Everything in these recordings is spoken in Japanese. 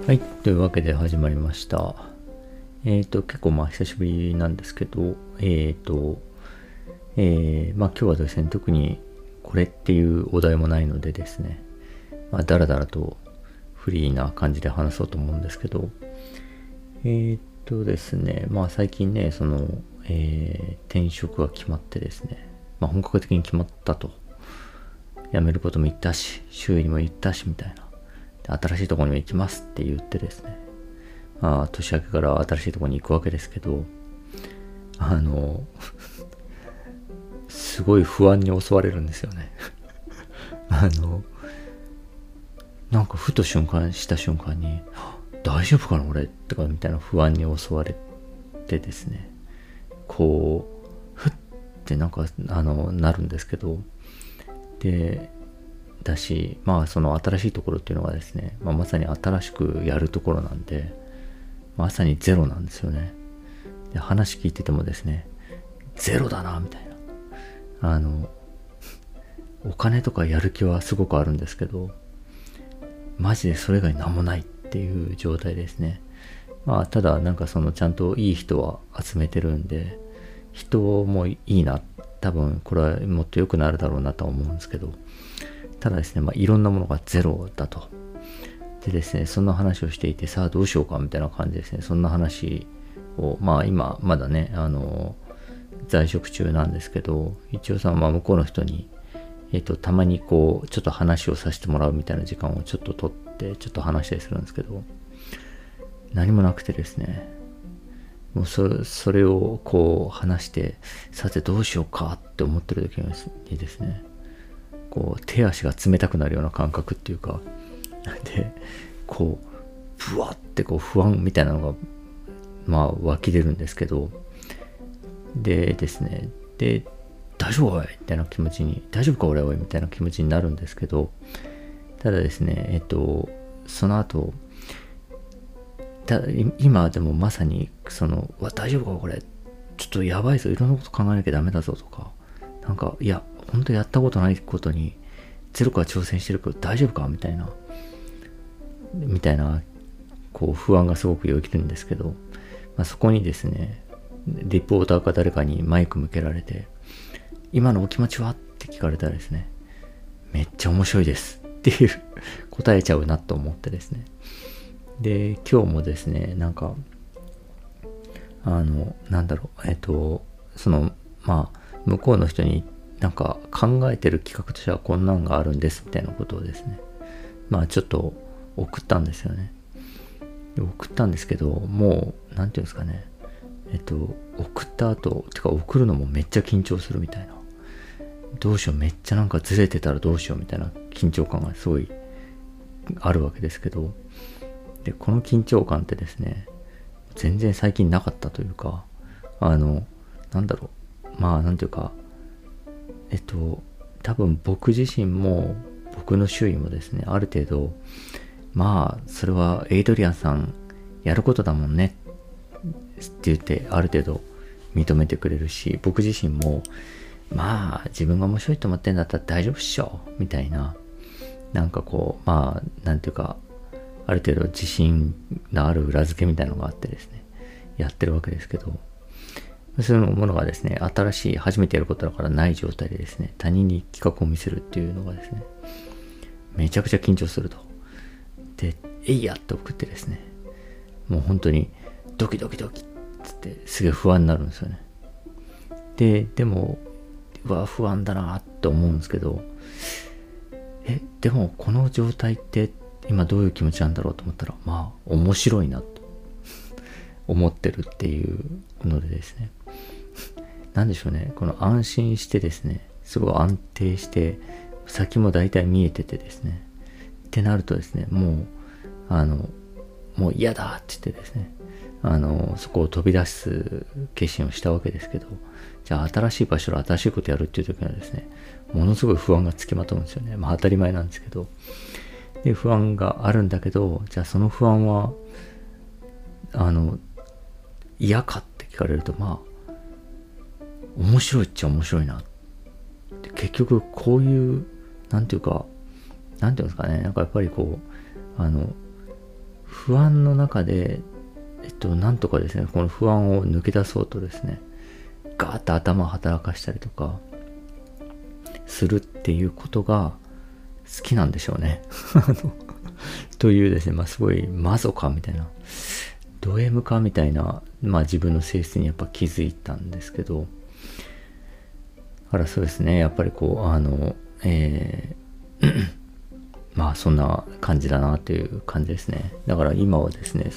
はい。というわけで始まりました。結構久しぶりなんですけど、今日はですね、特にこれっていうお題もないのでですね、だらだらとフリーな感じで話そうと思うんですけど、ですね、最近ね、転職が決まってですね、本格的に決まったと。辞めることも言ったし、周囲にも言ったし、みたいな。新しいところにも行きますって言ってですね、年明けから新しいところに行くわけですけど、すごい不安に襲われるんですよね。なんかふとした瞬間に、大丈夫かな俺とかみたいな不安に襲われてですね、こう、ふってなんか、なるんですけど、で、だし、その新しいところっていうのがですね、まさに新しくやるところなんで、まさにゼロなんですよね。で、話聞いててもですね、ゼロだな、みたいな。お金とかやる気はすごくあるんですけど、マジでそれ以外何もないっていう状態ですね。ただなんかちゃんといい人は集めてるんで、人もいいな、多分これはもっと良くなるだろうなとは思うんですけど、ただですね、いろんなものがゼロだと。でですね、そんな話をしていて、さあどうしようかみたいな感じですね。そんな話を、今、まだね、在職中なんですけど、一応向こうの人に、たまにこう、ちょっと話をさせてもらうみたいな時間をちょっと取って、ちょっと話したりするんですけど、何もなくてですね、もうそれをこう話して、さてどうしようかって思ってる時にですね、こう手足が冷たくなるような感覚っていうか、で、こう、ブワってこう不安みたいなのが、湧き出るんですけど、でですね、で、大丈夫かおいみたいな気持ちに、大丈夫か俺おいみたいな気持ちになるんですけど、ただですね、その後、今でもまさに、大丈夫かこれちょっとやばいぞ、いろんなこと考えなきゃダメだぞとか、なんか、いや、本当やったことないことに、ゼロから挑戦してるけど大丈夫かみたいな、こう不安がすごくよぎるんですけど、そこにですね、リポーターか誰かにマイク向けられて、今のお気持ちはって聞かれたらですね、めっちゃ面白いですっていう答えちゃうなと思ってですね。で、今日もですね、なんか、なんだろう、向こうの人になんか考えてる企画としてはこんなんがあるんですみたいなことをですね、ちょっと送ったんですよね。で送ったんですけど、もう、なんていうんですかね、送った後、てか送るのもめっちゃ緊張するみたいな。どうしよう、めっちゃなんかずれてたらどうしようみたいな緊張感がすごいあるわけですけど、で、この緊張感ってですね、全然最近なかったというか、なんだろう、なんていうか、多分僕自身も、僕の周囲もですね、ある程度、それはエイドリアンさんやることだもんねって言って、ある程度認めてくれるし、僕自身も、自分が面白いと思ってんだったら大丈夫っしょみたいな、なんかこう、なんていうか、ある程度自信のある裏付けみたいなのがあってですね、やってるわけですけど、そういうものがですね、新しい、初めてやることだからない状態でですね、他人に企画を見せるっていうのがですね、めちゃくちゃ緊張すると。で、えいやって送ってですね、もう本当にドキドキドキっつってすげえ不安になるんですよね。でも、不安だなって思うんですけど、でもこの状態って今どういう気持ちなんだろうと思ったら、面白いなと思ってるっていうのでですね、なんでしょうね、この安心してですね、すごい安定して、先も大体見えててですね、ってなるとですね、もう嫌だって言ってですね、そこを飛び出す決心をしたわけですけど、じゃあ新しい場所で新しいことやるっていう時にはですね、ものすごい不安がつきまとうんですよね。当たり前なんですけど。で、不安があるんだけど、じゃあその不安は、嫌かって聞かれると、面白いっちゃ面白いな。で結局、こういう、なんていうんですかね、なんかやっぱりこう、 不安の中で、なんとかですね、この不安を抜け出そうとですね、ガーッと頭を働かしたりとか、するっていうことが好きなんでしょうね。というですね、すごいマゾかみたいな、ド M かみたいな、自分の性質にやっぱ気づいたんですけど、だからそうですね、やっぱりそんな感じだなという感じですね。だから今はですね、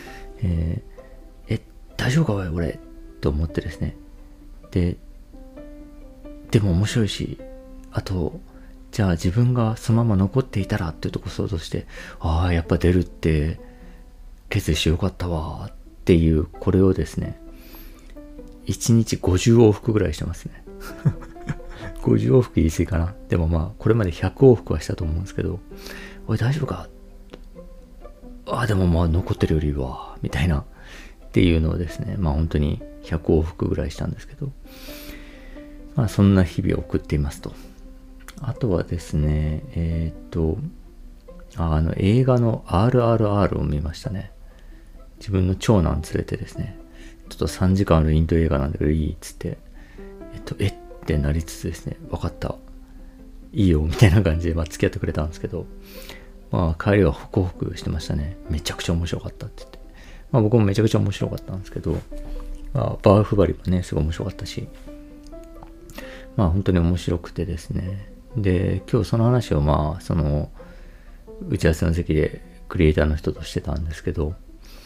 大丈夫か俺と思ってですね。でも面白いし、あと、じゃあ自分がそのまま残っていたらっていうところを想像して、やっぱ出るって決意してよかったわっていう、これをですね、1日50往復ぐらいしてますね。50往復言い過ぎかな。でもこれまで100往復はしたと思うんですけど、おい大丈夫か、でも残ってるよりはみたいなっていうのをですね、本当に100往復ぐらいしたんですけど、そんな日々を送っていますと。あとはですね、映画の RRR を見ましたね。自分の長男連れてですね、ちょっと3時間あるインド映画なんだけどいいっつって、ってなりつつですね、分かった、いいよみたいな感じで付き合ってくれたんですけど、帰りはホクホクしてましたね。めちゃくちゃ面白かったって言って、僕もめちゃくちゃ面白かったんですけど、バーフバリもねすごい面白かったし、本当に面白くてですね。で、今日その話をその打ち合わせの席でクリエイターの人としてたんですけど、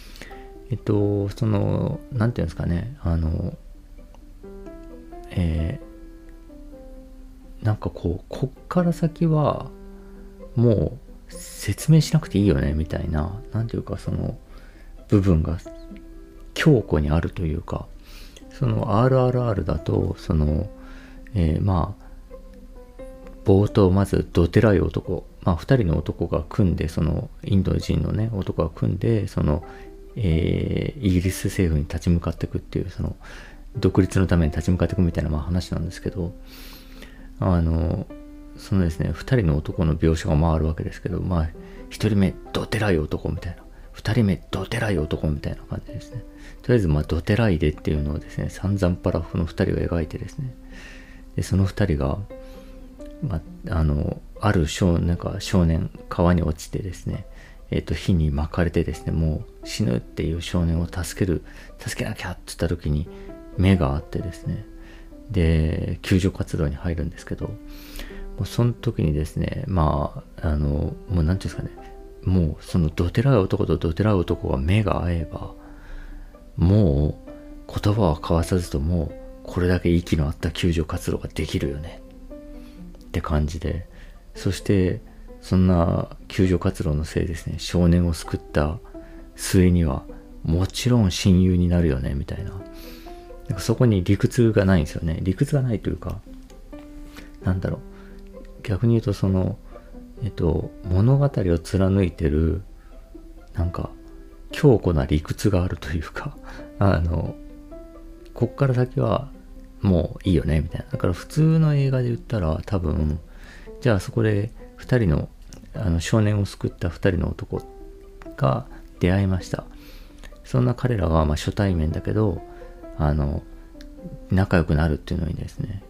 なんていうんですかね、こっから先はもう説明しなくていいよねみたいな、なんていうかその部分が強固にあるというか、その RRR だと冒頭まずどてらい男、2人の男が組んで、そのインド人のね男が組んで、イギリス政府に立ち向かっていくっていう、その独立のために立ち向かっていくみたいな話なんですけど、そのですね、2人の男の描写があるわけですけど、1人目どてらい男みたいな、2人目どてらい男みたいな感じですね。とりあえずどてらいでっていうのをですね、散々パラフの2人を描いてですね、でその2人がある少年川に落ちてですね、火に巻かれてですね、もう死ぬっていう少年を助けなきゃって言った時に目があってですね、で救助活動に入るんですけど、もうその時にですね、もうなんていうんですかね、もうそのどてらい男とどてらい男が目が合えば、もう言葉は交わさずともこれだけ息の合った救助活動ができるよねって感じで、そしてそんな救助活動のせいですね、少年を救った末にはもちろん親友になるよねみたいな、そこに理屈がないんですよね。理屈がないというか、逆に言うと物語を貫いてる強固な理屈があるというか、こっから先はもういいよねみたいな。だから普通の映画で言ったら多分、じゃあそこで2人の少年を救った2人の男が出会いました。そんな彼らが初対面だけど仲良くなるっていうのにですね、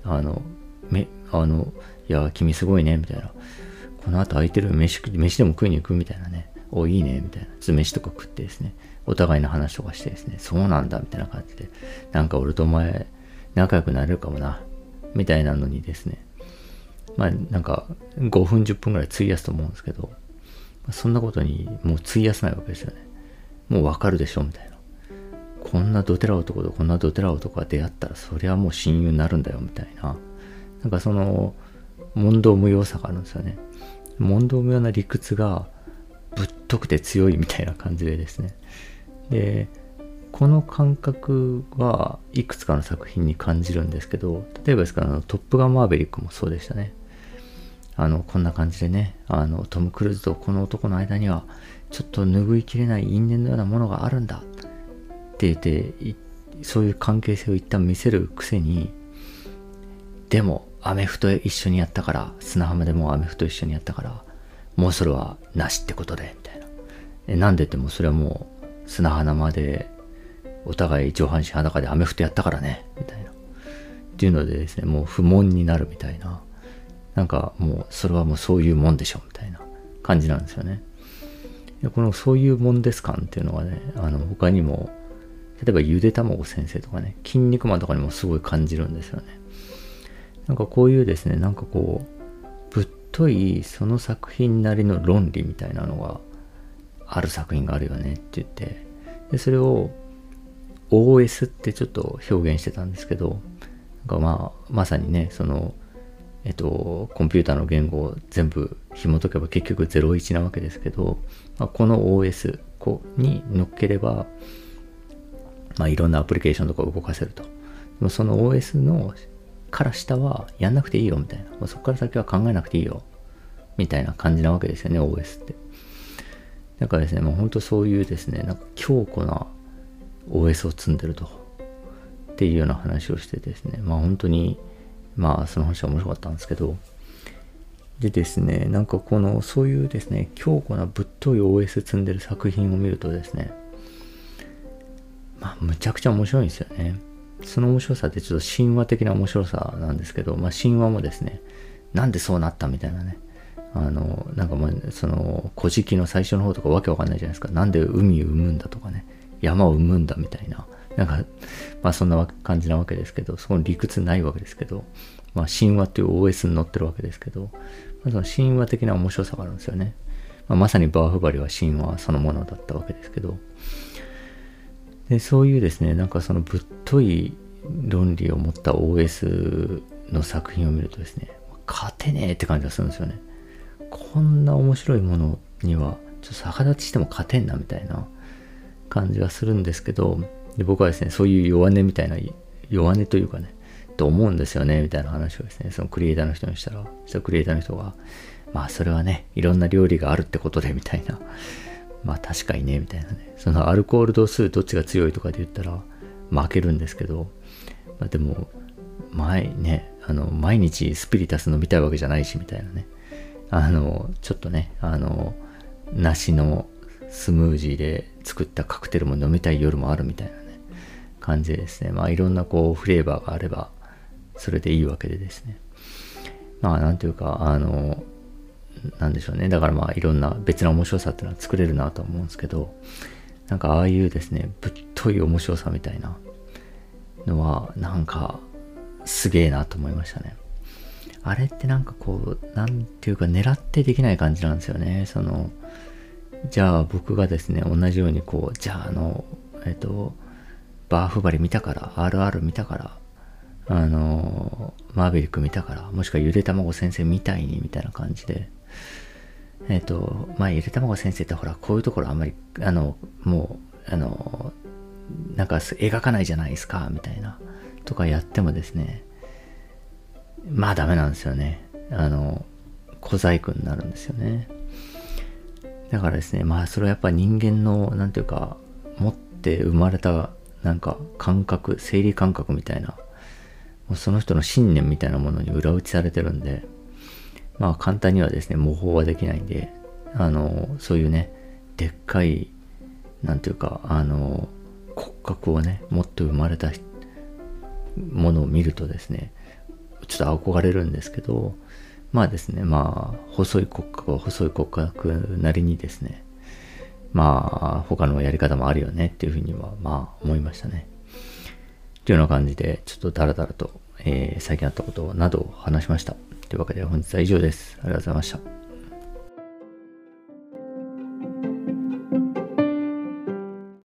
いや君すごいねみたいな、この後空いてる飯でも食いに行くみたいなね、おいいねみたいな、ちょっと飯とか食ってですね、お互いの話とかしてですね、そうなんだみたいな感じで、俺とお前仲良くなれるかもなみたいなのにですね、5分10分ぐらい費やすと思うんですけど、そんなことにもう費やさないわけですよね。もうわかるでしょみたいな、こんなドテラ男とこんなドテラ男が出会ったらそりゃもう親友になるんだよみたいな、その問答無用さがあるんですよね。問答無用な理屈がぶっとくて強いみたいな感じでですね、でこの感覚はいくつかの作品に感じるんですけど、例えばですからトップガンマーヴェリックもそうでしたね。こんな感じでね、トム・クルーズとこの男の間にはちょっと拭いきれない因縁のようなものがあるんだって言って、そういう関係性を一旦見せるくせに、でもアメフト一緒にやったから、砂浜でもアメフト一緒にやったからもうそれはなしってことでみたいな、 なんでってもそれはもう砂浜までお互い上半身裸で雨降ってやったからねみたいなっていうのでですね、もう不問になるみたいな、なんかもうそれはもうそういうもんでしょみたいな感じなんですよね。でこのそういうもんです感っていうのはね、他にも例えばゆでたまご先生とかね、筋肉マンとかにもすごい感じるんですよね。なんかこういうですね、なんかこうぶっといその作品なりの論理みたいなのがある作品があるよねって言って、でそれを OS ってちょっと表現してたんですけど、なんかまさにね、そのコンピューターの言語を全部紐解けば結局01なわけですけど、この OS に乗っければ、いろんなアプリケーションとかを動かせると。でもその OS のから下はやんなくていいよみたいな、そこから先は考えなくていいよみたいな感じなわけですよね、 OS って。だからですね、もう本当そういうですね、なんか強固な OS を積んでるとっていうような話をしてですね、本当にその話は面白かったんですけど、でですね、なんかそういうですね、強固なぶっとい OS 積んでる作品を見るとですね、むちゃくちゃ面白いんですよね。その面白さってちょっと神話的な面白さなんですけど、神話もですね、なんでそうなったみたいなね、なんかその古事記の最初の方とかわけわかんないじゃないですか。なんで海を生むんだとかね、山を生むんだみたいな、なんかそんな感じなわけですけど、そこに理屈ないわけですけど、神話っていう OS に載ってるわけですけど、その神話的な面白さがあるんですよね。まさにバーフバリは神話そのものだったわけですけど、でそういうですね、なんかそのぶっとい論理を持った OS の作品を見るとですね、勝てねえって感じがするんですよね。こんな面白いものにはちょっと逆立ちしても勝てんなみたいな感じがするんですけど、で僕はですね、そういう弱音みたいな、弱音というかね、と思うんですよねみたいな話をですね、そのクリエイターの人にしたら、クリエイターの人が、それはね、いろんな料理があるってことでみたいな、確かにねみたいなね、そのアルコール度数どっちが強いとかで言ったら負けるんですけど、でも毎日スピリタス飲みたいわけじゃないしみたいなね、ちょっとね、梨のスムージーで作ったカクテルも飲みたい夜もあるみたいなね感じでですね、いろんなこうフレーバーがあればそれでいいわけでですね、なんていうかなんでしょうね、だからいろんな別な面白さっていうのは作れるなと思うんですけど、なんかああいうですね、ぶっとい面白さみたいなのはなんかすげえなと思いましたね。あれってなんかこう、なんていうか狙ってできない感じなんですよね。じゃあ僕がですね、同じようにこう、じゃあバーフバリ見たから、RR 見たから、マーヴェリック見たから、もしくはゆでたまご先生みたいにみたいな感じで、ゆでたまご先生ってほら、こういうところあんまり、もう、なんか描かないじゃないですか、みたいな、とかやってもですね、ダメなんですよね。小細工になるんですよね。だからですね、それはやっぱ人間の、なんていうか、持って生まれた、なんか感覚、生理感覚みたいな、もうその人の信念みたいなものに裏打ちされてるんで、簡単にはですね、模倣はできないんで、そういうね、でっかい、なんていうか、骨格をね、持って生まれたものを見るとですね、ちょっと憧れるんですけど、ですね、細い骨格は細い骨格なりにですね、他のやり方もあるよねっていうふうには思いましたね。というような感じで、ちょっとダラダラと、最近あったことなどを話しました。というわけで本日は以上です。ありがとうございました。